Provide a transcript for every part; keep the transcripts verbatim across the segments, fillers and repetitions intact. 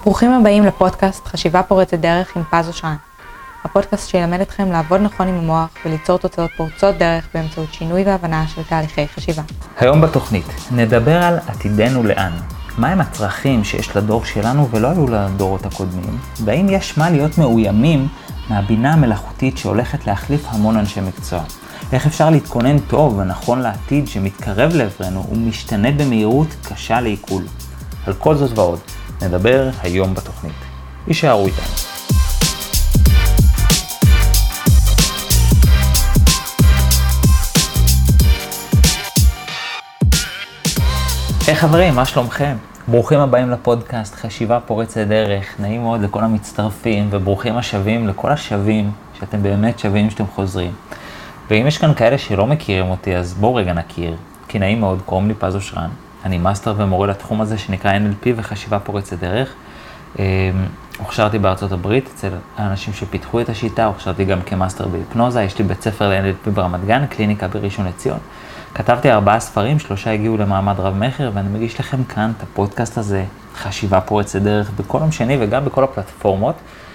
ברוכים הבאים לפודקאסט חשיבה פורצת דרך עם פז אושרן. הפודקאסט שילמד אתכם לעבוד נכון עם המוח וליצור תוצאות פורצות דרך באמצעות שינוי והבנה של תהליכי חשיבה. היום בתוכנית נדבר על עתידנו לאן. מהם הצרכים שיש לדור שלנו ולא היו לדורות הקודמים, והאם יש מה להיות מאוימים מהבינה המלאכותית שהולכת להחליף המון אנשי מקצוע. איך אפשר להתכונן טוב ונכון לעתיד שמתקרב לעברנו ומשתנה במהירות קשה לעיכול. על כל זאת ועוד נדבר היום בתוכנית. יישארו איתנו. היי חברים, מה שלומכם? ברוכים הבאים לפודקאסט חשיבה פורצת דרך. נעים מאוד לכל המצטרפים וברוכים השבים לכל השבים שאתם באמת שווים שאתם חוזרים. ואם יש כאן כאלה שלא מכירים אותי, אז בואו רגע נכיר. כי נעים מאוד, קוראים לי פז אושרן. אני מאסטר ומורה לתחום הזה שנקרא אן אל פי וחשיבה פורצת דרך. הוכשרתי בארצות הברית אצל האנשים שפיתחו את השיטה, הוכשרתי גם כמאסטר בהיפנוזה, יש לי בית ספר ל-אן אל פי ברמת גן, קליניקה בראשון לציון. כתבתי ארבעה ספרים, שלושה הגיעו למעמד רב מחר, ואני מגיש לכם כאן את הפודקאסט הזה, חשיבה פורצת דרך, בכל יום שני וגם בכל הפלטפורמות.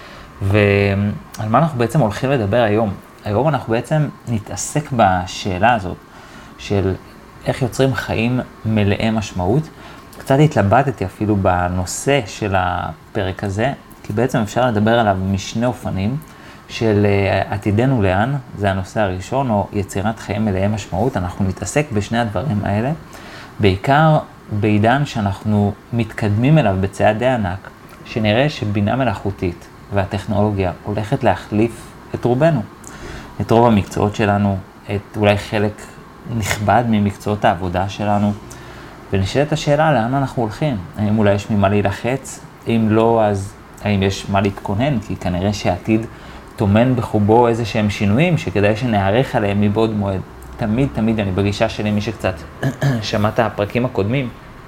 ועל מה אנחנו בעצם הולכים לדבר היום? היום אנחנו בעצם נתעסק בשאלה הזאת, של איך יוצרים חיים מלאי משמעות. קצת התלבטתי אפילו בנושא של הפרק הזה, כי בעצם אפשר לדבר עליו משני אופנים, של עתידנו לאן, זה הנושא הראשון, או יצירת חיים מלאי משמעות. אנחנו נתעסק בשני הדברים האלה, בעיקר בעידן שאנחנו מתקדמים אליו בצעדי ענק, שנראה שבינה מלאכותית והטכנולוגיה הולכת להחליף את רובנו, את רוב המקצועות שלנו, את אולי חלק נכבד ממקצועות העבודה שלנו, ונשאלת השאלה לאן אנחנו הולכים. האם אולי יש ממה להילחץ? אם לא, אז האם יש מה להתכונן? כי כנראה שהעתיד תומן בחובו איזה שהם שינויים שכדאי שנערך עליהם מבעוד מועד. תמיד, תמיד, אני בגישה שלי, מי שקצת שמעת הפרקים הקודמים,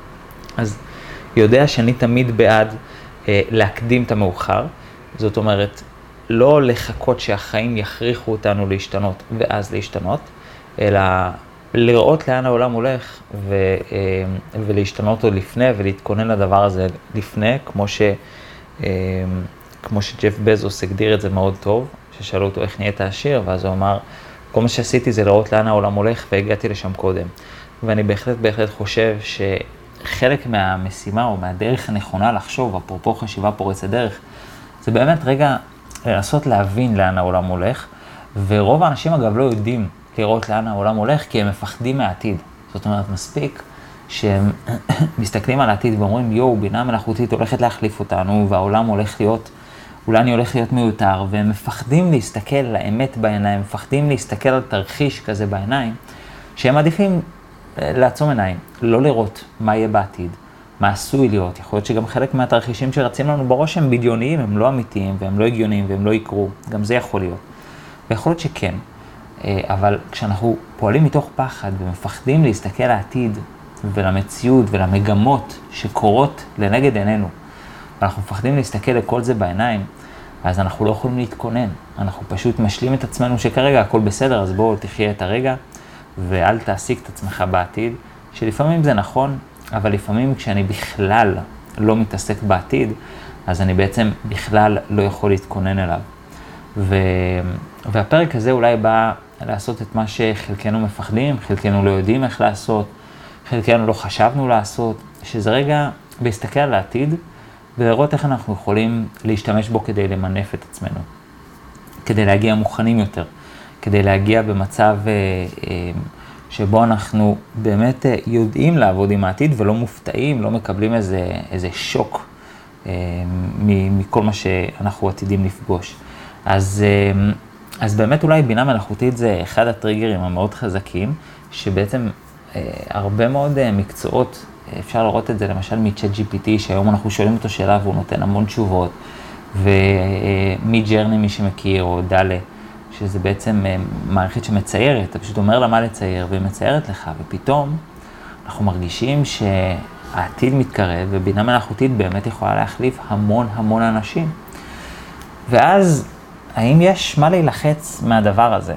אז יודע שאני תמיד בעד אה, להקדים את המאוחר. זאת אומרת, לא לחכות שהחיים יכריחו אותנו להשתנות ואז להשתנות, אלא לראות לאן העולם הולך ו, אה, ולהשתנות עוד לפני ולהתכונן לדבר הזה לפני, כמו ש... אה, כמו שג'ף בזוס הגדיר את זה מאוד טוב, ששאלו אותו איך נהיית עשיר, ואז הוא אמר, כל מה שעשיתי זה לראות לאן העולם הולך, והגעתי לשם קודם. ואני בהחלט בהחלט חושב שחלק מהמשימה או מהדרך הנכונה לחשוב, אפרופו חשיבה פורצת דרך, זה באמת רגע לנסות להבין לאן העולם הולך, ורוב האנשים אגב לא יודעים לראות לאן העולם הולך, כי הם מפחדים מהעתיד. זאת אומרת, מספיק שהם מסתכלים על העתיד ואומרים, יואו, בינה מלאכותית הולכת להחליף אותנו, והעולם הולך להיות, אולי אני הולך להיות מיותר, והם מפחדים להסתכל על האמת בעיניים, מפחדים להסתכל על תרחיש כזה בעיניים, שהם עדיפים לעצום עיניים, לא לראות מה יהיה בעתיד, מה עשוי להיות. יכול להיות שגם חלק מהתרחישים שרצים לנו בראש הם בדיוניים, הם לא אמיתיים, והם לא הגיוניים, והם לא יקרו. גם זה יכול להיות. ויכול להיות שכן. אבל כשאנחנו פועלים מתוך פחד ומפחדים להסתכל על העתיד ולמציאות ולמגמות שקורות לנגד עינינו, ואנחנו מפחדים להסתכל לכל זה בעיניים, אז אנחנו לא יכולים להתכונן. אנחנו פשוט משלים את עצמנו שכרגע הכל בסדר, אז בואו תחיה את הרגע ואל תעסיק את עצמך בעתיד, שלפעמים זה נכון, אבל לפעמים כשאני בכלל לא מתעסק בעתיד, אז אני בעצם בכלל לא יכול להתכונן אליו. ו... והפרק הזה אולי בא לעשות את מה שחלקנו מפחדים, חלקנו לא יודעים איך לעשות, חלקנו לא חשבנו לעשות, שזה רגע להסתכל על העתיד ולראות איך אנחנו יכולים להשתמש בו כדי למנף את עצמנו, כדי להגיע מוכנים יותר, כדי להגיע במצב אה, אה, שבו אנחנו באמת אה, יודעים לעבוד עם העתיד ולא מופתעים, לא מקבלים איזה, איזה שוק אה, מכל מה שאנחנו עתידים לפגוש. אז, אה, אז באמת אולי בינה מלאכותית זה אחד הטריגרים המאוד חזקים, שבעצם אה, הרבה מאוד אה, מקצועות, אפשר לראות את זה למשל מ-צ'אט ג'י פי טי, שהיום אנחנו שואלים אותו שאלה והוא נותן המון תשובות, ומג'רני מי שמכיר, או דלה, שזה בעצם מערכת שמציירת, אתה פשוט אומר לה מה לצייר, והיא מציירת לך, ופתאום אנחנו מרגישים שהעתיד מתקרב, ובינה מלאכותית באמת יכולה להחליף המון המון אנשים. ואז, האם יש מה להילחץ מהדבר הזה?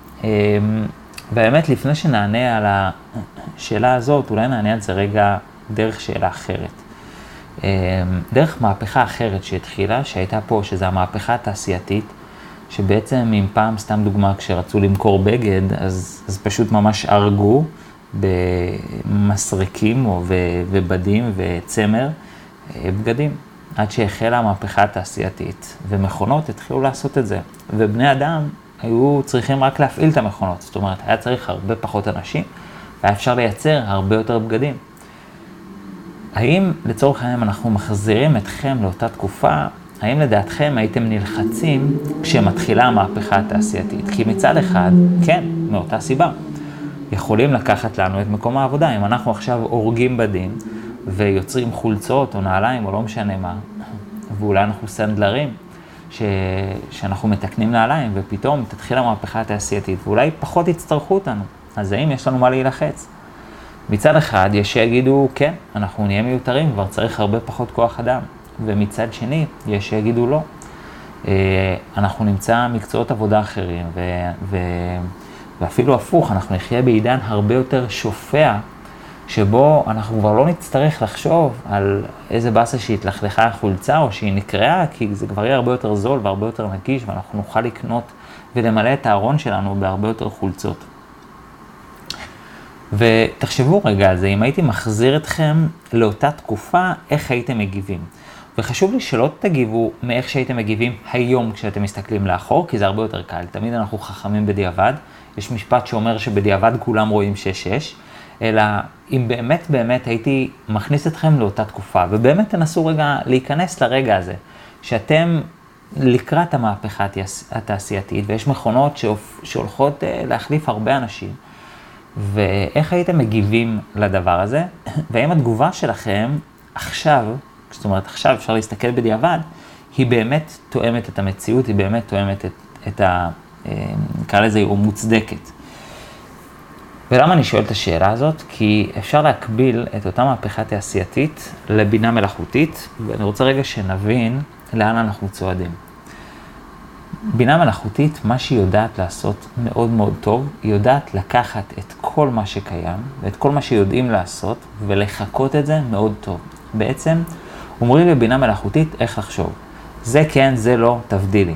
באמת, לפני שנענה על השאלה הזאת, אולי נענה על זה רגע דרך שאלה אחרת. דרך מהפכה אחרת שהתחילה, שהייתה פה, שזו המהפכה התעשייתית, שבעצם אם פעם, סתם דוגמה, כשרצו למכור בגד, אז, אז פשוט ממש הרגו במסרקים או ובדים וצמר בגדים, עד שהחלה המהפכה התעשייתית, ומכונות התחילו לעשות את זה, ובני אדם היו צריכים רק להפעיל את המכונות, זאת אומרת, היה צריך הרבה פחות אנשים, והיה אפשר לייצר הרבה יותר בגדים. האם לצורך העניין אנחנו מחזירים אתכם לאותה תקופה, האם לדעתכם הייתם נלחצים כשמתחילה המהפכה התעשייתית? כי מצד אחד, כן, מאותה סיבה, יכולים לקחת לנו את מקום העבודה. אם אנחנו עכשיו הורגים בדים ויוצרים חולצות או נעליים או לא משנה מה, ואולי אנחנו סנדלרים, ש... שאנחנו מתקנים נעליים ופתאום תתחיל המהפכה התעשייתית ואולי פחות יצטרכו אותנו. אז האם יש לנו מה להילחץ? מצד אחד יש שיגידו, כן, אנחנו נהיה מיותרים, כבר צריך הרבה פחות כוח אדם. ומצד שני, יש שיגידו לא. אנחנו נמצא מקצועות עבודה אחרים, ו... ו... ואפילו הפוך, אנחנו נחיה בעידן הרבה יותר שופע, שבו אנחנו כבר לא נצטרך לחשוב על איזה באסה שהתלכלכה החולצה או שהיא נקראה, כי זה כבר יהיה הרבה יותר זול והרבה יותר נגיש, ואנחנו נוכל לקנות ולמלא את הארון שלנו בהרבה יותר חולצות. ותחשבו רגע על זה, אם הייתי מחזיר אתכם לאותה תקופה, איך הייתם מגיבים? וחשוב לי שלא תגיבו מאיך שהייתם מגיבים היום כשאתם מסתכלים לאחור, כי זה הרבה יותר קל. תמיד אנחנו חכמים בדיעבד. יש משפט שאומר שבדיעבד כולם רואים שש שש, אלא אם באמת באמת הייתי מכניס אתכם לאותה תקופה, ובאמת תנסו רגע להיכנס לרגע הזה, שאתם לקראת המהפכה התעשייתית, ויש מכונות שהולכות להחליף הרבה אנשים, ואיך הייתם מגיבים לדבר הזה, והאם התגובה שלכם עכשיו, זאת אומרת עכשיו אפשר להסתכל בדיעבד, היא באמת תואמת את המציאות, היא באמת תואמת את, את ה... נקרא לזה, או מוצדקת. ולמה אני שואל את השאלה הזאת? כי אפשר להקביל את אותה מהפכה תעשייתית לבינה מלאכותית, ואני רוצה רגע שנבין לאן אנחנו צועדים. בינה מלאכותית, מה שהיא יודעת לעשות מאוד מאוד טוב, היא יודעת לקחת את כל מה שקיים, ואת כל מה שיודעים לעשות, ולחקות את זה מאוד טוב. בעצם, אומרים לבינה מלאכותית איך לחשוב. זה כן, זה לא, תבדילי.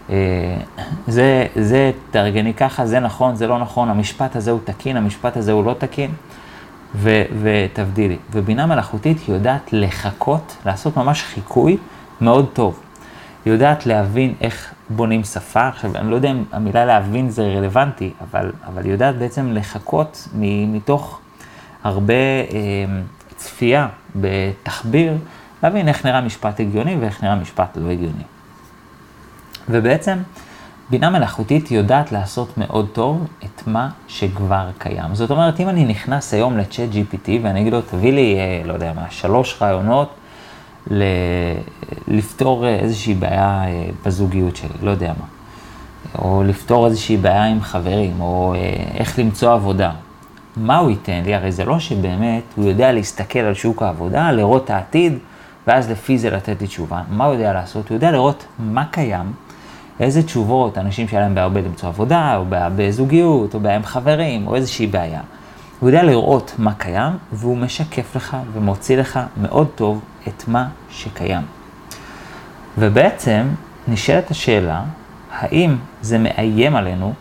זה, זה תארגני ככה, זה נכון, זה לא נכון, המשפט הזה הוא תקין, המשפט הזה הוא לא תקין, ו, ותבדילי. ובינה מלאכותית היא יודעת לחכות, לעשות ממש חיקוי מאוד טוב. היא יודעת להבין איך בונים שפה. עכשיו, אני לא יודע אם המילה להבין זה רלוונטי, אבל, אבל היא יודעת בעצם לחכות מתוך הרבה אה, צפייה בתחביר, להבין איך נראה משפט הגיוני ואיך נראה משפט לא הגיוני. ובעצם בינה מלאכותית יודעת לעשות מאוד טוב את מה שכבר קיים. זאת אומרת, אם אני נכנס היום לצ'אט ג'י פי טי ואני אגיד לו, תביא לי, לא יודע מה, שלוש רעיונות ל... לפתור איזושהי בעיה בזוגיות שלי, לא יודע מה. או לפתור איזושהי בעיה עם חברים, או איך למצוא עבודה. מה הוא ייתן לי? הרי זה לא שבאמת הוא יודע להסתכל על שוק העבודה, לראות העתיד, ואז לפי זה לתת לי תשובה. מה הוא יודע לעשות? הוא יודע לראות מה קיים, איזה תשובות, אנשים שהיה להם בעיה למצוא עבודה, או בעיה בזוגיות, או בעיה עם חברים, או איזושהי בעיה. הוא יודע לראות מה קיים, והוא משקף לך ומוציא לך מאוד טוב את מה שקיים. ובעצם נשאלת השאלה, האם זה מאיים עלינו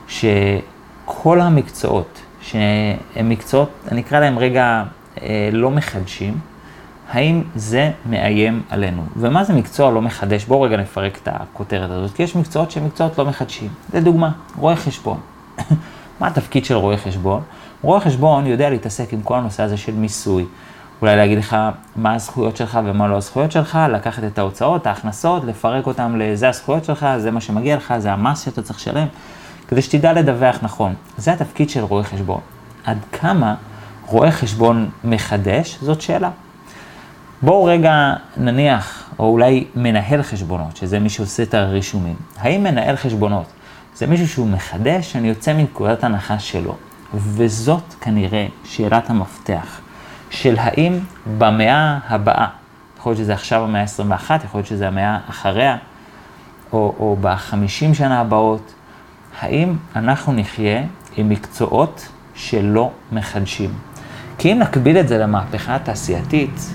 שכל המקצועות, שהם מקצועות, אני אקרא להם רגע לא מחדשים, האם זה מאיים עלינו? ומה זה מקצוע לא מחדש? בואו רגע נפרק את הכותרת הזאת, כי יש מקצועות שהם מקצועות לא מחדשים. לדוגמה, רואה חשבון. מה התפקיד של רואה חשבון? רואה חשבון יודע להתעסק עם כל הנושא הזה של מיסוי. אולי להגיד לך מה הזכויות שלך ומה לא הזכויות שלך, לקחת את ההוצאות, ההכנסות, לפרק אותם לזה הזכויות שלך, זה מה שמגיע לך, זה המס שאתה צריך לשלם, כדי שתדע לדווח נכון. זה התפקיד של רואה חשבון. עד כמה רואה חשבון מחדש? זאת שאלה. בואו רגע נניח, או אולי מנהל חשבונות, שזה מי שעושה את הרישומים. האם מנהל חשבונות זה מישהו שהוא מחדש, שאני יוצא מנקודת הנחה שלו? וזאת כנראה שאלת המפתח, של האם במאה הבאה, יכול להיות שזה עכשיו המאה ה-עשרים ואחת, יכול להיות שזה המאה אחריה, או, או בחמישים שנה הבאות, האם אנחנו נחיה עם מקצועות שלא מחדשים? כי אם נקביל את זה למהפכה התעשייתית,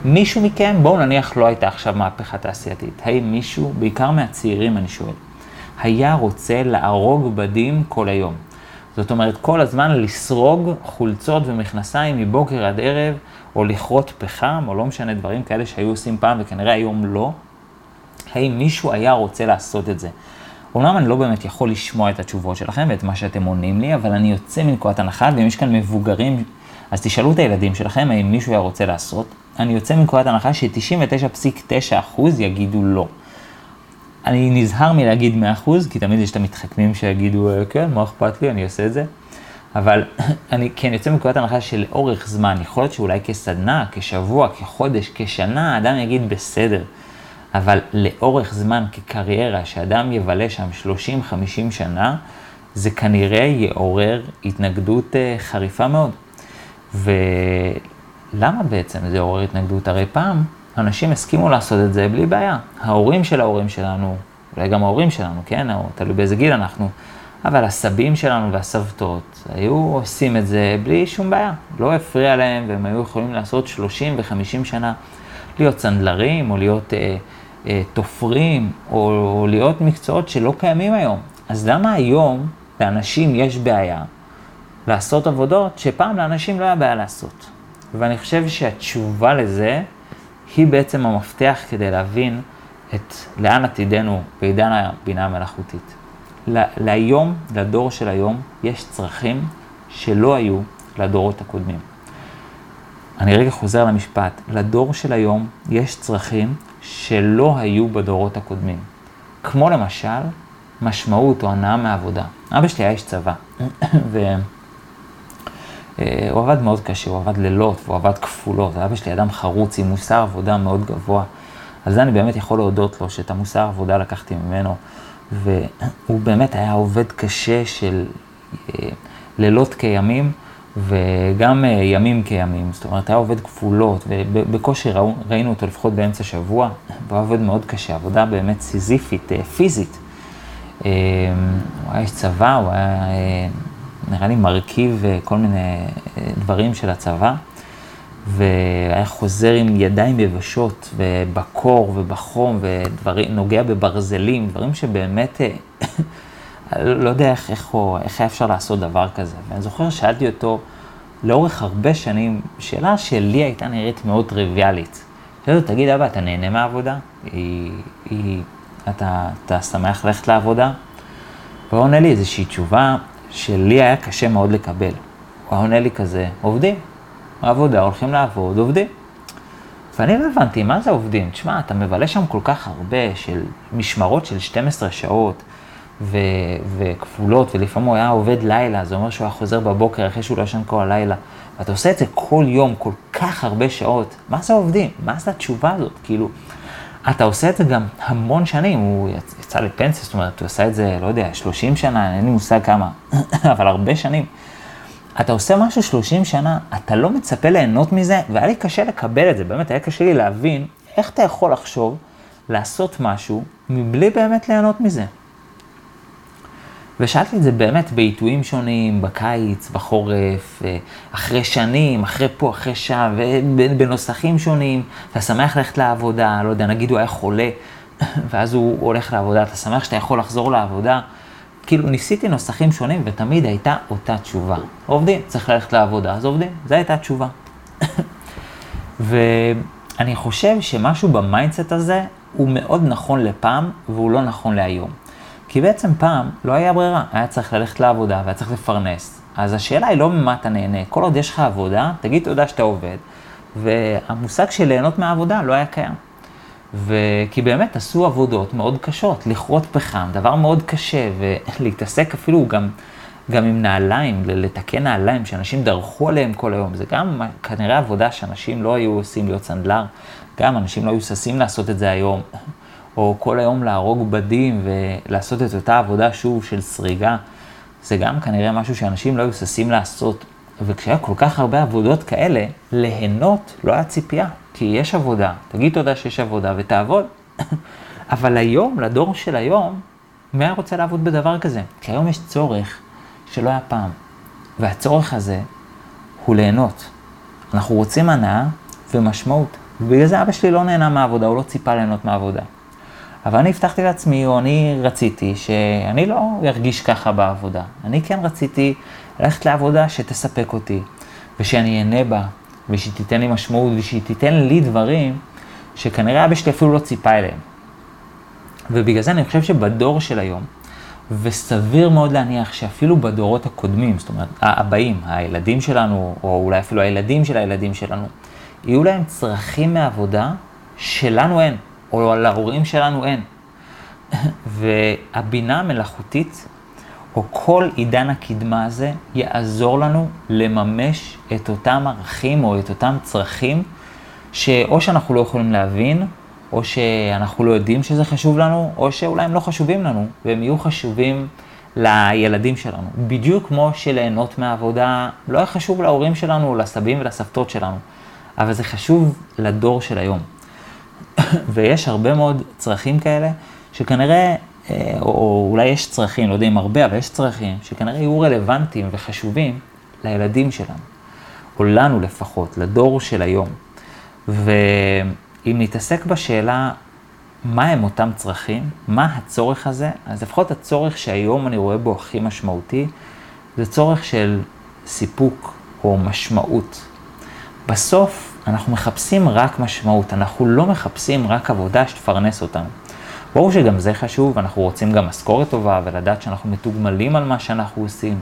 מישהו מכם, בואו נניח לא הייתה עכשיו מהפכה תעשייתית, האם מישהו, בעיקר מהצעירים אני שואל, היה רוצה להרוג בדים כל היום? זאת אומרת, כל הזמן לסרוג חולצות ומכנסיים מבוקר עד ערב, או לכרות פחם, או לא משנה דברים כאלה שהיו עושים פעם וכנראה היום לא. האם מישהו היה רוצה לעשות את זה? אומנם אני לא באמת יכול לשמוע את התשובות שלכם ואת מה שאתם עונים לי, אבל אני יוצא מנקודת הנחה, ואם יש כאן מבוגרים, אז תשאלו את הילדים שלכם, האם מישהו היה רוצה לעשות. אני יוצא מנקודת הנחה ש-תשעים ותשע נקודה תשע אחוז יגידו לא. אני נזהר מלהגיד מאה אחוז, כי תמיד יש את המתחכמים שיגידו, כן, מה אכפת לי, אני עושה את זה. אבל אני כן יוצא מנקודת הנחה שלאורך זמן, יכול להיות שאולי כסדנה, כשבוע, כחודש, כשנה, אדם יגיד בסדר. אבל לאורך זמן כקריירה, שאדם יבלה שם שלושים חמישים שנה, זה כנראה יעורר התנגדות חריפה מאוד. ולמה בעצם זה יעורר התנגדות? הרי פעם אנשים הסכימו לעשות את זה בלי בעיה. ההורים של ההורים שלנו, אולי גם ההורים שלנו, כן? או תלוי באיזה גיל אנחנו, אבל הסבים שלנו והסבתות היו עושים את זה בלי שום בעיה. לא הפריע להם, והם היו יכולים לעשות שלושים וחמישים שנה, להיות סנדלרים או להיות אה, אה, תופרים, או, או להיות מקצועות שלא קיימים היום. אז למה היום לאנשים יש בעיה לעשות עבודות שפעם לאנשים לא היה בעיה לעשות? ואני חושב שהתשובה לזה היא בעצם המפתח כדי להבין את לאן עתידנו בעידן הבינה המלאכותית. להיום, לדור של היום, יש צרכים שלא היו לדורות הקודמים. אני רגע חוזר למשפט. לדור של היום יש צרכים שלא היו בדורות הקודמים. כמו למשל, משמעות או הנאה מעבודה. אבא שלי היה איש צבא, והוא עבד מאוד קשה, הוא עבד לילות, והוא עבד כפולות. אבא שלי אדם חרוץ עם מוסר עבודה מאוד גבוה. אז זה אני באמת יכול להודות לו, שאת המוסר עבודה לקחתי ממנו, והוא באמת היה עובד קשה של לילות כימים, וגם ימים כימים. זאת אומרת, היה עובד כפולות, ובקושי ראינו אותו לפחות באמצע שבוע, והוא עובד מאוד קשה, עבודה באמת סיזיפית, פיזית. הוא היה איש צבא, הוא היה נראה לי מרכיב כל מיני דברים של הצבא, והיה חוזר עם ידיים יבשות, ובקור ובחום, ונוגע בברזלים, דברים שבאמת, לא יודע איך, איך, איך היה אפשר לעשות דבר כזה. ואני זוכר, שאלתי אותו לאורך הרבה שנים, שאלה שלי הייתה נראית מאוד טריוויאלית. שאלתי אותו, תגיד, אבא, אתה נהנה מהעבודה? היא, היא, אתה, אתה שמח ללכת לעבודה? והוא עונה לי איזושהי תשובה שלי היה קשה מאוד לקבל. הוא עונה לי כזה, עובדים. העבודה, הולכים לעבוד, עובדים. ואני לא הבנתי, מה זה עובדים? תשמע, אתה מבלה שם כל כך הרבה של משמרות של שתים עשרה שעות ו- וכפולות, ולפעמים הוא היה עובד לילה, זה אומר שהוא היה חוזר בבוקר אחרי שהוא לא ישן כל הלילה. ואתה עושה את זה כל יום, כל כך הרבה שעות. מה זה עובדים? מה זה התשובה הזאת? כאילו, אתה עושה את זה גם המון שנים, הוא יצא לפנסיה, זאת אומרת, הוא עושה את זה, לא יודע, שלושים שנה, אין לי מושג כמה, אבל הרבה שנים. אתה עושה משהו שלושים שנה, אתה לא מצפה ליהנות מזה, והיה לי קשה לקבל את זה, באמת היה קשה לי להבין איך אתה יכול לחשוב, לעשות משהו, מבלי באמת ליהנות מזה. ושאלתי את זה באמת בעיתויים שונים, בקיץ, בחורף, אחרי שנים, אחרי פה, אחרי שם, ובנוסחים שונים, אתה שמח ללכת לעבודה, לא יודע, נגיד הוא היה חולה, ואז הוא הולך לעבודה, אתה שמח שאתה יכול לחזור לעבודה, כאילו ניסיתי נוסחים שונים, ותמיד הייתה אותה תשובה. עובדים, צריך ללכת לעבודה, אז עובדים, זו הייתה התשובה. ואני חושב שמשהו במיינדסט הזה, הוא מאוד נכון לפעם, והוא לא נכון להיום. כי בעצם פעם לא היה ברירה, היה צריך ללכת לעבודה, והיה צריך לפרנס. אז השאלה היא לא ממה אתה נהנה, כל עוד יש לך עבודה, תגיד תודה שאתה עובד. והמושג של ליהנות מהעבודה לא היה קיים. וכי באמת עשו עבודות מאוד קשות, לכרות פחם, דבר מאוד קשה, ולהתעסק אפילו גם, גם עם נעליים, לתקן נעליים שאנשים דרכו עליהם כל היום. זה גם כנראה עבודה שאנשים לא היו עושים להיות סנדלר, גם אנשים לא היו ששים לעשות את זה היום, או כל היום להרוג בדים ולעשות את אותה עבודה שוב של סריגה. זה גם כנראה משהו שאנשים לא היו ששים לעשות, וכשהיה כל כך הרבה עבודות כאלה, ליהנות לא היה ציפייה. כי יש עבודה, תגיד תודה שיש עבודה ותעבוד. אבל היום, לדור של היום, מי היה רוצה לעבוד בדבר כזה? כי היום יש צורך שלא היה פעם. והצורך הזה הוא ליהנות. אנחנו רוצים הנאה ומשמעות. ובגלל זה אבא שלי לא נהנה מהעבודה, הוא לא ציפה ליהנות מהעבודה. אבל אני הבטחתי לעצמי, או אני רציתי שאני לא ארגיש ככה בעבודה. אני כן רציתי ללכת לעבודה שתספק אותי, ושאני אהנה בה, ושהיא תיתן לי משמעות, ושהיא תיתן לי דברים שכנראה אבא שלי אפילו לא ציפה אליהם. ובגלל זה אני חושב שבדור של היום, וסביר מאוד להניח שאפילו בדורות הקודמים, זאת אומרת, הבאים, הילדים שלנו, או אולי אפילו הילדים של הילדים שלנו, יהיו להם צרכים מעבודה שלנו אין, או להורים שלנו אין. והבינה המלאכותית, או כל עידן הקדמה הזה, יעזור לנו לממש את אותם ערכים או את אותם צרכים, שאו שאנחנו לא יכולים להבין, או שאנחנו לא יודעים שזה חשוב לנו, או שאולי הם לא חשובים לנו, והם יהיו חשובים לילדים שלנו. בדיוק כמו שליהנות מהעבודה לא היה חשוב להורים שלנו, או לסבים ולסבתות שלנו, אבל זה חשוב לדור של היום. ויש הרבה מאוד צרכים כאלה, שכנראה, או אולי יש צרכים, לא יודע אם הרבה, אבל יש צרכים, שכנראה יהיו רלוונטיים וחשובים לילדים שלנו, או לנו לפחות, לדור של היום. ואם נתעסק בשאלה, מה הם אותם צרכים, מה הצורך הזה, אז לפחות הצורך שהיום אני רואה בו הכי משמעותי, זה צורך של סיפוק או משמעות. בסוף אנחנו מחפשים רק משמעות, אנחנו לא מחפשים רק עבודה שתפרנס אותנו. ברור שגם זה חשוב, אנחנו רוצים גם משכורת טובה ולדעת שאנחנו מתוגמלים על מה שאנחנו עושים.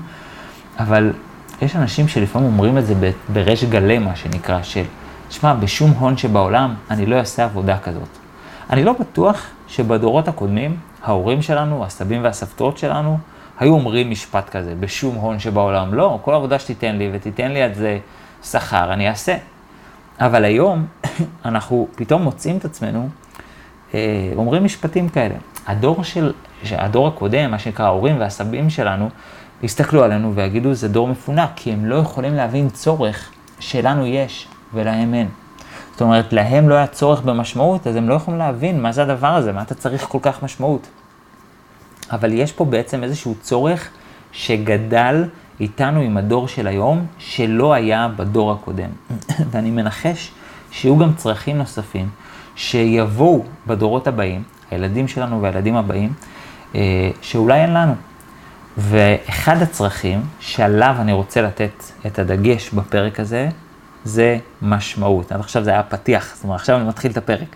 אבל יש אנשים שלפעמים אומרים את זה בריש גלי, מה שנקרא, של, שמע, בשום הון שבעולם אני לא אעשה עבודה כזאת. אני לא בטוח שבדורות הקודמים, ההורים שלנו, הסבים והסבתות שלנו, היו אומרים משפט כזה, בשום הון שבעולם. לא, כל עבודה שתיתן לי ותיתן לי את זה שכר, אני אעשה. אבל היום אנחנו פתאום מוצאים את עצמנו, אומרים משפטים כאלה. הדור של, הדור הקודם, מה שנקרא ההורים והסבים שלנו, יסתכלו עלינו ויגידו, זה דור מפונק, כי הם לא יכולים להבין צורך שלנו יש ולהם אין. זאת אומרת, להם לא היה צורך במשמעות, אז הם לא יכולים להבין מה זה הדבר הזה, מה אתה צריך כל כך משמעות. אבל יש פה בעצם איזשהו צורך שגדל איתנו עם הדור של היום, שלא היה בדור הקודם. ואני מנחש שיהיו גם צרכים נוספים, שיבואו בדורות הבאים, הילדים שלנו והילדים הבאים, שאולי אין לנו. ואחד הצרכים שעליו אני רוצה לתת את הדגש בפרק הזה, זה משמעות. עד עכשיו זה היה פתיח, זאת אומרת, עכשיו אני מתחיל את הפרק.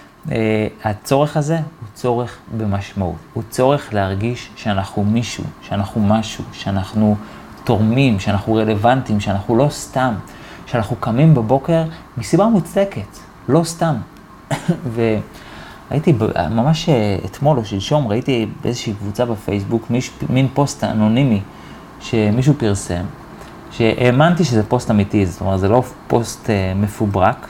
הצורך הזה הוא צורך במשמעות. הוא צורך להרגיש שאנחנו מישהו, שאנחנו משהו, שאנחנו תורמים, שאנחנו רלוונטיים, שאנחנו לא סתם, שאנחנו קמים בבוקר מסיבה מוצדקת, לא סתם. והייתי ממש אתמול או שלשום, ראיתי באיזושהי קבוצה בפייסבוק, מיש, מין פוסט אנונימי שמישהו פרסם, שהאמנתי שזה פוסט אמיתי, זאת אומרת, זה לא פוסט מפוברק,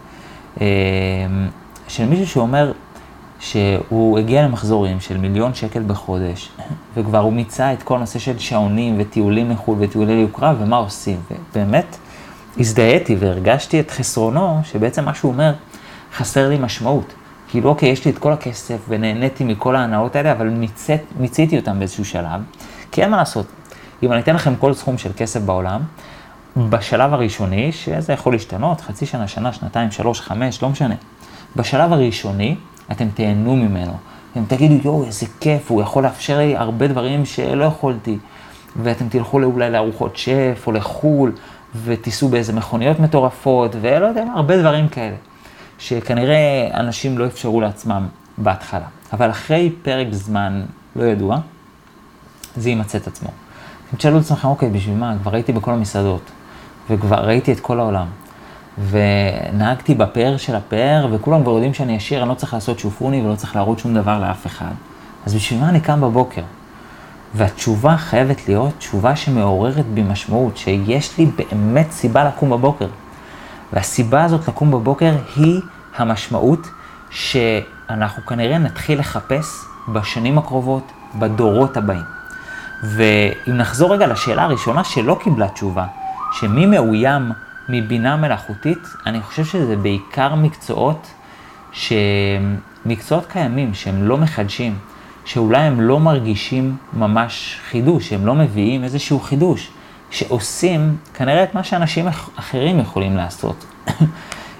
של מישהו שאומר שהוא הגיע למחזורים של מיליון שקל בחודש, וכבר הוא מיצה את כל הנושא של שעונים וטיולים לחו"ל וטיולי ליוקרה, ומה עושים. ובאמת הזדהיתי והרגשתי את חסרונו, שבעצם מה שהוא אומר, חסר לי משמעות. כאילו, אוקיי, יש לי את כל הכסף ונהניתי מכל ההנאות האלה, אבל מיצית, מיציתי אותם באיזשהו שלב, כי אין מה לעשות. אם אני אתן לכם כל סכום של כסף בעולם, בשלב הראשוני, שזה יכול להשתנות, חצי שנה, שנה, שנתיים, שלוש, חמש, לא משנה. בשלב הראשוני, אתם תהנו ממנו. אתם תגידו, יואו, איזה כיף, הוא יכול לאפשר לי הרבה דברים שלא יכולתי. ואתם תלכו אולי לארוחות שף או לחול, ותיסעו באיזה מכוניות מטורפות, ולא יודע, הרבה דברים כאלה. שכנראה אנשים לא אפשרו לעצמם בהתחלה. אבל אחרי פרק זמן לא ידוע, זה יימצא את עצמו. אתם תשאלו את עצמכם, אוקיי, בשביל מה? כבר ראיתי בכל המסעדות, וכבר ראיתי את כל העולם. ונהגתי בפאר של הפאר, וכולם כבר יודעים שאני ישיר, אני לא צריך לעשות שופוני ולא צריך להראות שום דבר לאף אחד. אז בשביל מה אני קם בבוקר? והתשובה חייבת להיות תשובה שמעוררת בי משמעות, שיש לי באמת סיבה לקום בבוקר. והסיבה הזאת לקום בבוקר היא המשמעות שאנחנו כנראה נתחיל לחפש בשנים הקרובות, בדורות הבאים. ואם נחזור רגע לשאלה הראשונה שלא קיבלה תשובה, שמי מאוים מבינה מלאכותית, אני חושב שזה בעיקר מקצועות, מקצועות קיימים שהם לא מחדשים, שאולי הם לא מרגישים ממש חידוש, הם לא מביאים איזשהו חידוש, שעושים כנראה את מה שאנשים אחרים יכולים לעשות.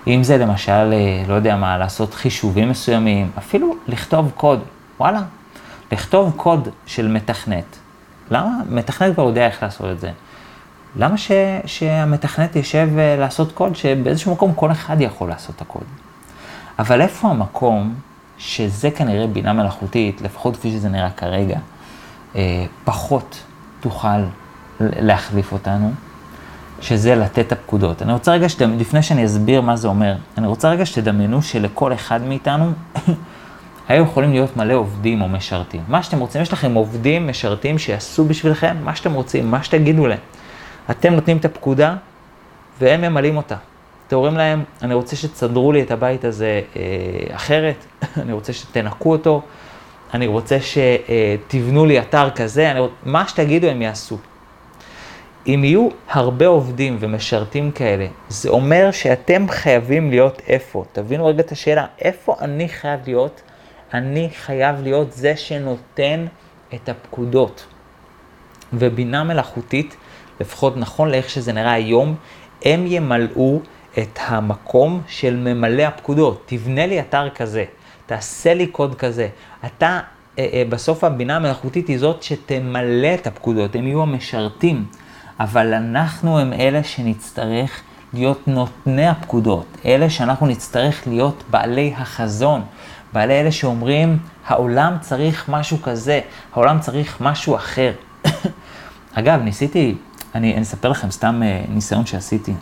אם זה למשל, לא יודע מה, לעשות חישובים מסוימים, אפילו לכתוב קוד, וואלה, לכתוב קוד של מתכנת. למה? מתכנת כבר יודע איך לעשות את זה. למה ש, שהמתכנת יישב לעשות קוד שבאיזשהו מקום כל אחד יכול לעשות את הקוד? אבל איפה המקום שזה כנראה בינה מלאכותית, לפחות כפי שזה נראה כרגע, פחות תוכל להחליף אותנו, שזה לתת את הפקודות. אני רוצה רגע, שתדמ... לפני שאני אסביר מה זה אומר, אני רוצה רגע שתדמיינו שלכל אחד מאיתנו היו יכולים להיות מלא עובדים או משרתים. מה שאתם רוצים, יש לכם עובדים, משרתים שיעשו בשבילכם, מה שאתם רוצים, מה שתגידו להם. אתם נותנים את הפקודה והם ממלאים אותה. אתם אומרים להם, אני רוצה שתסדרו לי את הבית הזה אה, אחרת, אני רוצה שתנקו אותו, אני רוצה שתבנו לי אתר כזה, אני... מה שתגידו הם יעשו. אם יהיו הרבה עובדים ומשרתים כאלה, זה אומר שאתם חייבים להיות איפה. תבינו רגע את השאלה, איפה אני חייב להיות? אני חייב להיות זה שנותן את הפקודות. ובינה מלאכותית, לפחות נכון לאיך שזה נראה היום, הם ימלאו את המקום של ממלא הפקודות. תבנה לי אתר כזה, תעשה לי קוד כזה. אתה, בסוף הבינה המלאכותית היא זאת שתמלא את הפקודות, הם יהיו המשרתים. אבל אנחנו הם אלה שנצטרך להיות נותני הפקודות, אלה שאנחנו נצטרך להיות בעלי החזון, בעלי אלה שאומרים, העולם צריך משהו כזה, העולם צריך משהו אחר. אגב, ניסיתי, אני, אני אספר לכם סתם ניסיון שעשיתי,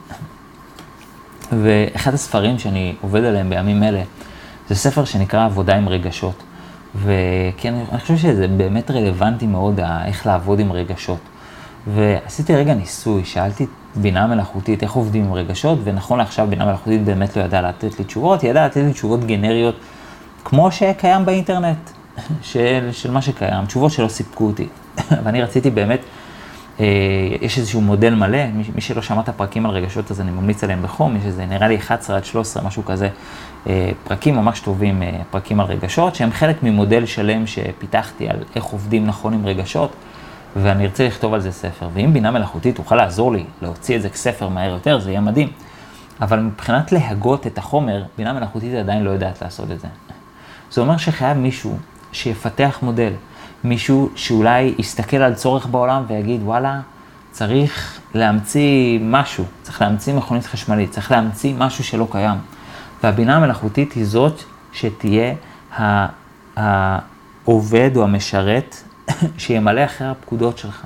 ואחד הספרים שאני עובד עליהם בימים אלה, זה ספר שנקרא עבודה עם רגשות, וכן, אני חושב שזה באמת רלוונטי מאוד, איך לעבוד עם רגשות. ועשיתי רגע ניסוי, שאלתי בינה מלאכותית איך עובדים עם רגשות, ונכון לעכשיו בינה מלאכותית באמת לא ידעה לתת לי תשובות, היא ידעה לתת לי תשובות גנריות, כמו שקיים באינטרנט, של, של מה שקיים, תשובות שלא סיפקו אותי. ואני רציתי באמת, אה, יש איזשהו מודל מלא, מי, מי שלא שמע את הפרקים על רגשות, אז אני ממליץ עליהם בחום, יש איזה נראה לי אחת עשרה עד שלוש עשרה, משהו כזה, אה, פרקים ממש טובים, אה, פרקים על רגשות, שהם חלק ממודל שלם שפיתחתי על איך עובדים נכון עם רגשות, ואני ארצה לכתוב על זה ספר, ואם בינה מלאכותית תוכל לעזור לי להוציא את זה כספר מהר יותר, זה יהיה מדהים. אבל מבחינת להגות את החומר, בינה מלאכותית עדיין לא יודעת לעשות את זה. זה אומר שחייב מישהו שיפתח מודל, מישהו שאולי יסתכל על צורך בעולם ויגיד, וואלה, צריך להמציא משהו, צריך להמציא מכונית חשמלית, צריך להמציא משהו שלא קיים. והבינה המלאכותית היא זאת שתהיה העובד או המשרת, שימלא אחרי הפקודות שלך.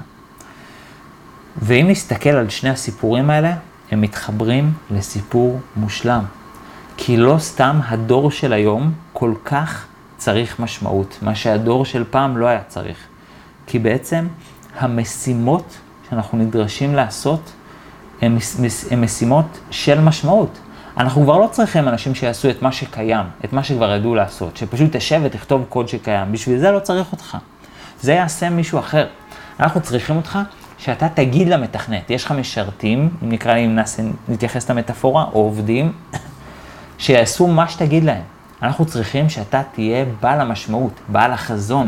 ואם נסתכל על שני הסיפורים האלה, הם מתחברים לסיפור מושלם. כי לא סתם הדור של היום כל כך צריך משמעות, מה שהדור של פעם לא היה צריך. כי בעצם המשימות שאנחנו נדרשים לעשות, הן משימות של משמעות. אנחנו כבר לא צריכים אנשים שיעשו את מה שקיים, את מה שכבר ידעו לעשות, שפשוט תשב ותכתוב קוד שקיים. בשביל זה לא צריך אותך. זה יעשה מישהו אחר. אנחנו צריכים אותך שאתה תגיד למתכנת. יש לך משרתים, אם נקרא לי, אם נתייחס למטאפורה, או עובדים, שיעשו מה שתגיד להם. אנחנו צריכים שאתה תהיה בעל המשמעות, בעל החזון,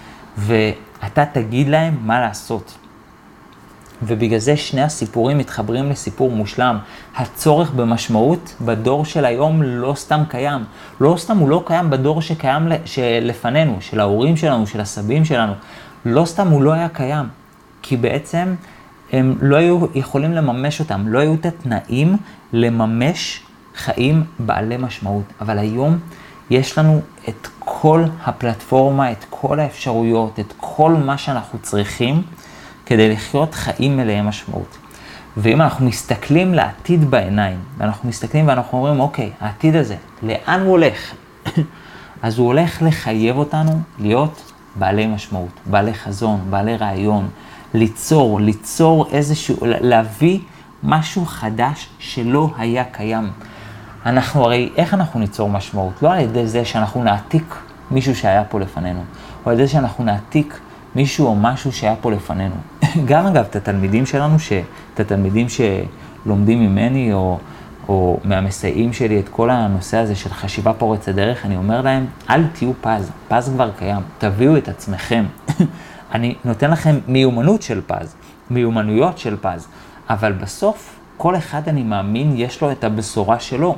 ואתה תגיד להם מה לעשות. ובגלל זה שני הסיפורים מתחברים לסיפור מושלם. הצורך במשמעות בדור של היום לא סתם קיים. לא סתם הוא לא קיים בדור שקיים לפנינו, של ההורים שלנו, של הסבים שלנו. לא סתם הוא לא היה קיים. כי בעצם הם לא היו יכולים לממש אותם. לא היו את התנאים לממש חיים בעלי משמעות. אבל היום יש לנו את כל הפלטפורמה, את כל האפשרויות, את כל מה שאנחנו צריכים, כדי לחיות חיים מלאי משמעות. ואם אנחנו מסתכלים לעתיד בעיניים, ואנחנו מסתכלים ואנחנו אומרים, אוקיי, העתיד הזה, לאן הוא הולך? אז הוא הולך לחייב אותנו להיות בעלי משמעות, בעלי חזון, בעלי רעיון, ליצור, ליצור איזשהו, להביא משהו חדש שלא היה קיים. אנחנו הרי, איך אנחנו ניצור משמעות? לא על ידי זה שאנחנו נעתיק מישהו שהיה פה לפנינו, או על ידי שאנחנו נעתיק מישהו או משהו שהיה פה לפנינו. גם אגב, את התלמידים שלנו, ש... את התלמידים שלומדים ממני או, או מהמסייעים שלי את כל הנושא הזה של חשיבה פורצת דרך, אני אומר להם, אל תהיו פז, פז כבר קיים, תביאו את עצמכם. אני נותן לכם מיומנות של פז, מיומנויות של פז, אבל בסוף כל אחד אני מאמין יש לו את הבשורה שלו.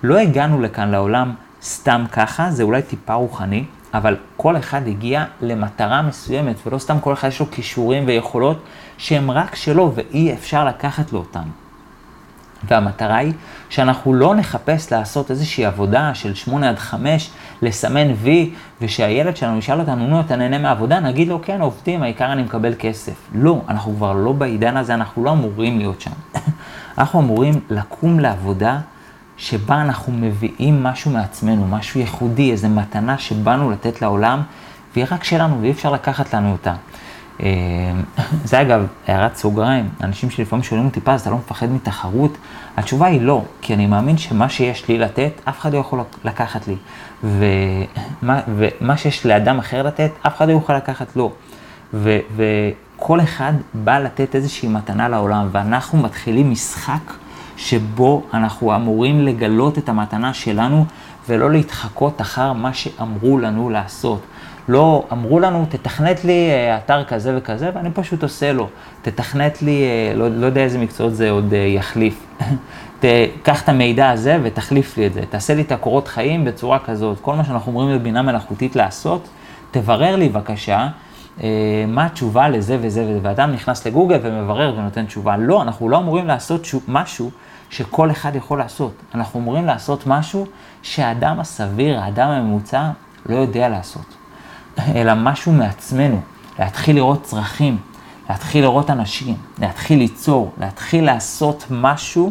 לא הגענו לכאן לעולם סתם ככה, זה אולי טיפה רוחני, אבל כל אחד הגיע למטרה מסוימת, ולא סתם כל אחד יש לו כישורים ויכולות שהם רק שלו, ואי אפשר לקחת לו אותם. והמטרה היא שאנחנו לא נחפש לעשות איזושהי עבודה של שמונה עד חמש, לסמן וי, ושהילד שלנו ישאל אותנו, נו, אתה נהנה מהעבודה? נגיד לו, כן, עובדים, העיקר אני מקבל כסף. לא, אנחנו כבר לא בעידן הזה, אנחנו לא אמורים להיות שם. אנחנו אמורים לקום לעבודה שבה אנחנו מביאים משהו מעצמנו, משהו ייחודי, איזו מתנה שבאנו לתת לעולם, והיא רק שלנו, ואי אפשר לקחת לנו אותה. זה אגב, הערת סוגריים, אנשים שלפעמים שואלים אותי, פז, אתה לא מפחד מתחרות? התשובה היא לא, כי אני מאמין שמה שיש לי לתת, אף אחד לא יכול לקחת לי. ומה, ומה שיש לאדם אחר לתת, אף אחד לא יכול לקחת לו. ו, וכל אחד בא לתת איזושהי מתנה לעולם, ואנחנו מתחילים משחק שבו אנחנו אמורים לגלות את המתנה שלנו, ולא להתחקות אחר מה שאמרו לנו לעשות. לא, אמרו לנו, תתכנת לי אתר כזה וכזה, ואני פשוט עושה לו. תתכנת לי, לא, לא יודע איזה מקצועות זה עוד יחליף. תקח את המידע הזה ותחליף לי את זה. תעשה לי את הקורות חיים בצורה כזאת. כל מה שאנחנו אומרים לבינה מלאכותית לעשות, תברר לי בבקשה, מה התשובה לזה וזה וזה. ואדם נכנס לגוגל ומברר ונותן תשובה. לא, אנחנו לא אמורים לעשות משהו שכל אחד יכול לעשות. אנחנו אמורים לעשות משהו שהאדם הסביר, האדם הממוצע, לא יודע לעשות. אלא משהו מעצמנו, להתחיל לראות צרכים, להתחיל לראות אנשים, להתחיל ליצור, להתחיל לעשות משהו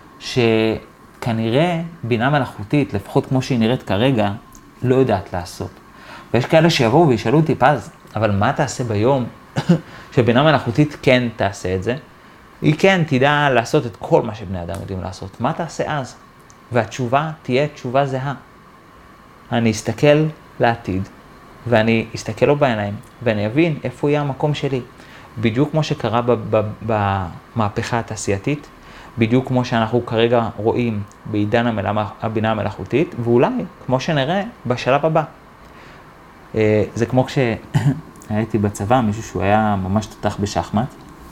שכנראה בינה מלאכותית, לפחות כמו שהיא נראית כרגע, לא יודעת לעשות. ויש כאלה שיבואו וישאלו אותי, פז, אבל מה תעשה ביום שבינה מלאכותית כן תעשה את זה? היא כן תדע לעשות את כל מה שבני אדם יודעים לעשות. מה תעשה אז? והתשובה תהיה תשובה זהה. אני אסתכל לעתיד, ואני אסתכל לו בעיניים, ואני אבין איפה יהיה המקום שלי. בדיוק כמו שקרה במהפכה התעשייתית, בדיוק כמו שאנחנו כרגע רואים בעידן הבינה המלאכותית, ואולי כמו שנראה בשלב הבא. זה כמו כשהייתי בצבא, מישהו שהוא היה ממש תותח בשחמט,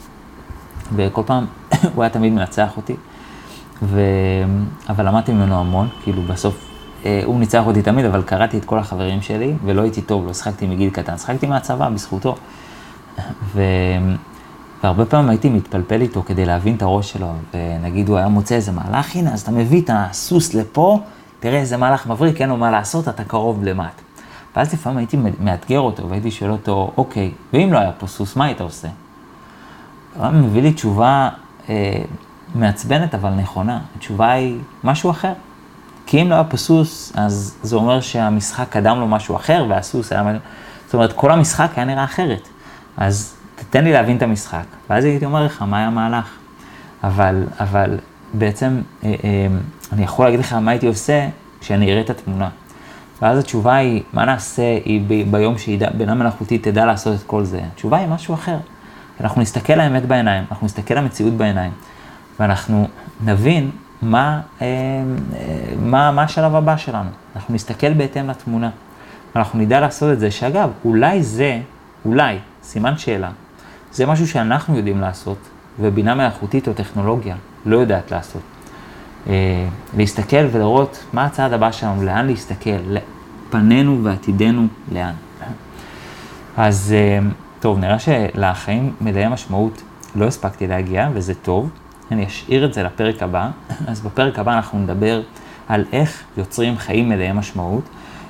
וכל פעם הוא היה תמיד מנצח אותי, ו... אבל למדתי ממנו המון, כאילו בסוף, הוא ניצח אותי תמיד, אבל קראתי את כל החברים שלי, ולא הייתי טוב, לא שחקתי מגיל קטן, שחקתי מהצבא בזכותו. ו... והרבה פעמים הייתי מתפלפל איתו כדי להבין את הראש שלו, ונגיד הוא היה מוצא איזה מהלך, הנה, אז אתה מביא את הסוס לפה, תראה איזה מהלך מבריק, אין לו מה לעשות, אתה קרוב למט. ואז לפעמים הייתי מאתגר אותו, והייתי שואל אותו, אוקיי, ואם לא היה פה סוס, מה היית עושה? הוא מביא לי תשובה אה, מעצבנת, אבל נכונה. התשובה היא משהו אחר. כי אם לא היה פה סוס, אז זה אומר שהמשחק קדם לו משהו אחר, והסוס היה... זאת אומרת, כל המשחק היה נראה אחרת. אז תתן לי להבין את המשחק. ואז הייתי אומר לך, מה היה המהלך? אבל, אבל בעצם, אה, אה, אני יכול להגיד לך מה הייתי עושה כשאני אראה את התמונה. ואז התשובה היא, מה נעשה היא ביום שבינה מלאכותית תדע לעשות את כל זה? התשובה היא משהו אחר. אנחנו נסתכל לאמת בעיניים, אנחנו נסתכל למציאות בעיניים, ואנחנו נבין מה, אה, מה, מה השלב הבא שלנו. אנחנו נסתכל בהתאם לתמונה, ואנחנו נדע לעשות את זה, שאגב, אולי זה, אולי, סימן שאלה, זה משהו שאנחנו יודעים לעשות, ובינה מלאכותית או טכנולוגיה לא יודעת לעשות. אה, להסתכל ולראות מה הצעד הבא שלנו, לאן להסתכל, פנינו ועתידנו לאן. אז אה, טוב, נראה שלחיים מלאי משמעות לא הספקתי להגיע, וזה טוב. אני אשאיר את זה לפרק הבא. אז בפרק הבא אנחנו נדבר על איך יוצרים חיים מלאי משמעות,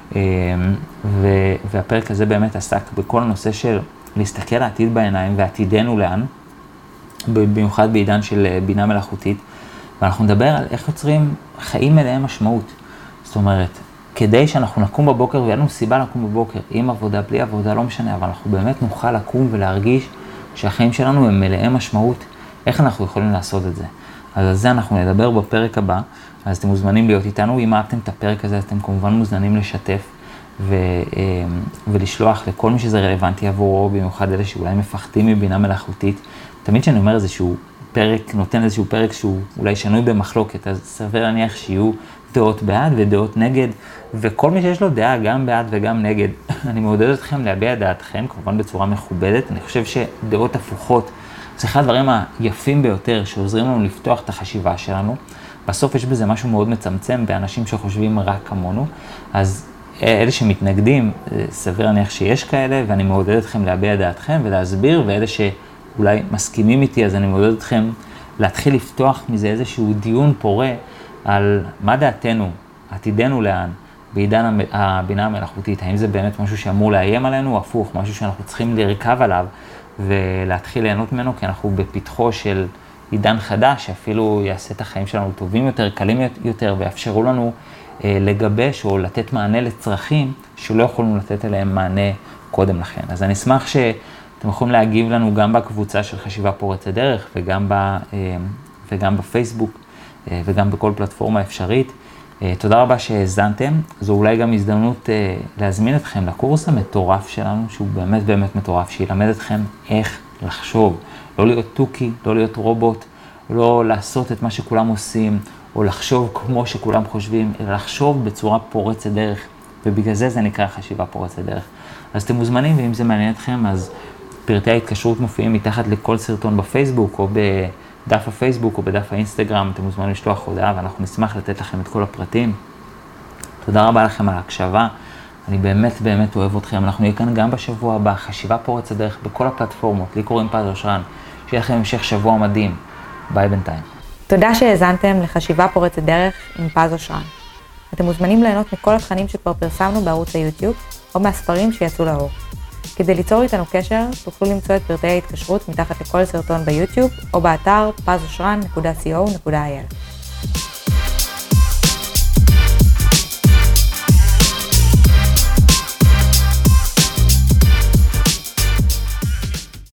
והפרק הזה באמת עסק בכל הנושא של להסתכל לעתיד בעיניים ועתידנו לאן, במיוחד בעידן של בינה מלאכותית, ואנחנו נדבר על איך יוצרים חיים מלאי משמעות. זאת אומרת, כדי שאנחנו נקום בבוקר, ויהיה לנו סיבה לקום בבוקר, עם עבודה, בלי עבודה, לא משנה, אבל אנחנו באמת נוכל לקום ולהרגיש שהחיים שלנו הם מלאי משמעות. איך אנחנו יכולים לעשות את זה? אז על זה אנחנו נדבר בפרק הבא, אז אתם מוזמנים להיות איתנו. אם אהבתם את הפרק הזה, אתם כמובן מוזמנים לשתף ו, ולשלוח לכל מי שזה רלוונטי עבורו, במיוחד אלה שאולי מפחדים מבינה מלאכותית. תמיד שאני אומר איזשהו פרק, נותן איזשהו פרק שהוא אולי שנוי במחלוקת, אז סביר להניח שיהיו דעות בעד ודעות נגד, וכל מי שיש לו דעה גם בעד וגם נגד, אני מעודד אתכם להביע דעתכם, כמובן בצורה מכובדת. אני חושב שדעות הפוכות זה אחד הדברים היפים ביותר שעוזרים לנו לפתוח את החשיבה שלנו, בסוף יש בזה משהו מאוד מצמצם באנשים שחושבים רק כמונו, אז אלה שמתנגדים, סביר להניח שיש כאלה, ואני מעודד אתכם להביע דעתכם ולהסביר, ואלה שאולי מסכימים איתי, אז אני מעודד אתכם להתחיל לפתוח מזה איזשהו דיון פורה על מה דעתנו, עתידנו לאן, בעידן הבינה המלאכותית. האם זה באמת משהו שאמור לאיים עלינו, או הפוך, משהו שאנחנו צריכים לרכב עליו ולהתחיל ליהנות ממנו, כי אנחנו בפתחו של עידן חדש, שאפילו יעשה את החיים שלנו טובים יותר, קלים יותר, ויאפשרו לנו לגבש או לתת מענה לצרכים שלא יכולנו לתת אליהם מענה קודם לכן. אז אני אשמח שאתם יכולים להגיב לנו גם בקבוצה של חשיבה פורצת דרך, וגם, ב, וגם בפייסבוק, וגם בכל פלטפורמה אפשרית. תודה רבה שהזנתם. זו אולי גם הזדמנות להזמין אתכם לקורס המטורף שלנו, שהוא באמת באמת מטורף, שילמד אתכם איך לחשוב, לא להיות טוקי, לא להיות רובוט, לא לעשות את מה שכולם עושים, או לחשוב כמו שכולם חושבים, אלא לחשוב בצורה פורצת דרך, ובגלל זה זה נקרא חשיבה פורצת דרך. אז אתם מוזמנים, ואם זה מעניין אתכם, אז פרטי ההתקשרות מופיעים מתחת לכל סרטון בפייסבוק, או בדף הפייסבוק, או בדף האינסטגרם, אתם מוזמנים לשלוח הודעה, ואנחנו נשמח לתת לכם את כל הפרטים. תודה רבה לכם על ההקשבה, אני באמת באמת אוהב אתכם, אנחנו נהיה כאן גם בשבוע הבא, חשיבה פורצת דרך בכל הפלטפורמות, לי קוראים פז אושרן, שיהיה לכם המשך שבוע מדהים, ביי בינתיים. תודה שהאזנתם לחשיבה פורצת דרך עם פז אושרן. אתם מוזמנים ליהנות מכל התכנים שכבר פרסמנו בערוץ היוטיוב, או מהספרים שיצאו לאור. כדי ליצור איתנו קשר, תוכלו למצוא את פרטי ההתקשרות מתחת לכל סרטון ביוטיוב, או באתר פז אושרן נקודה סי או נקודה איי אל.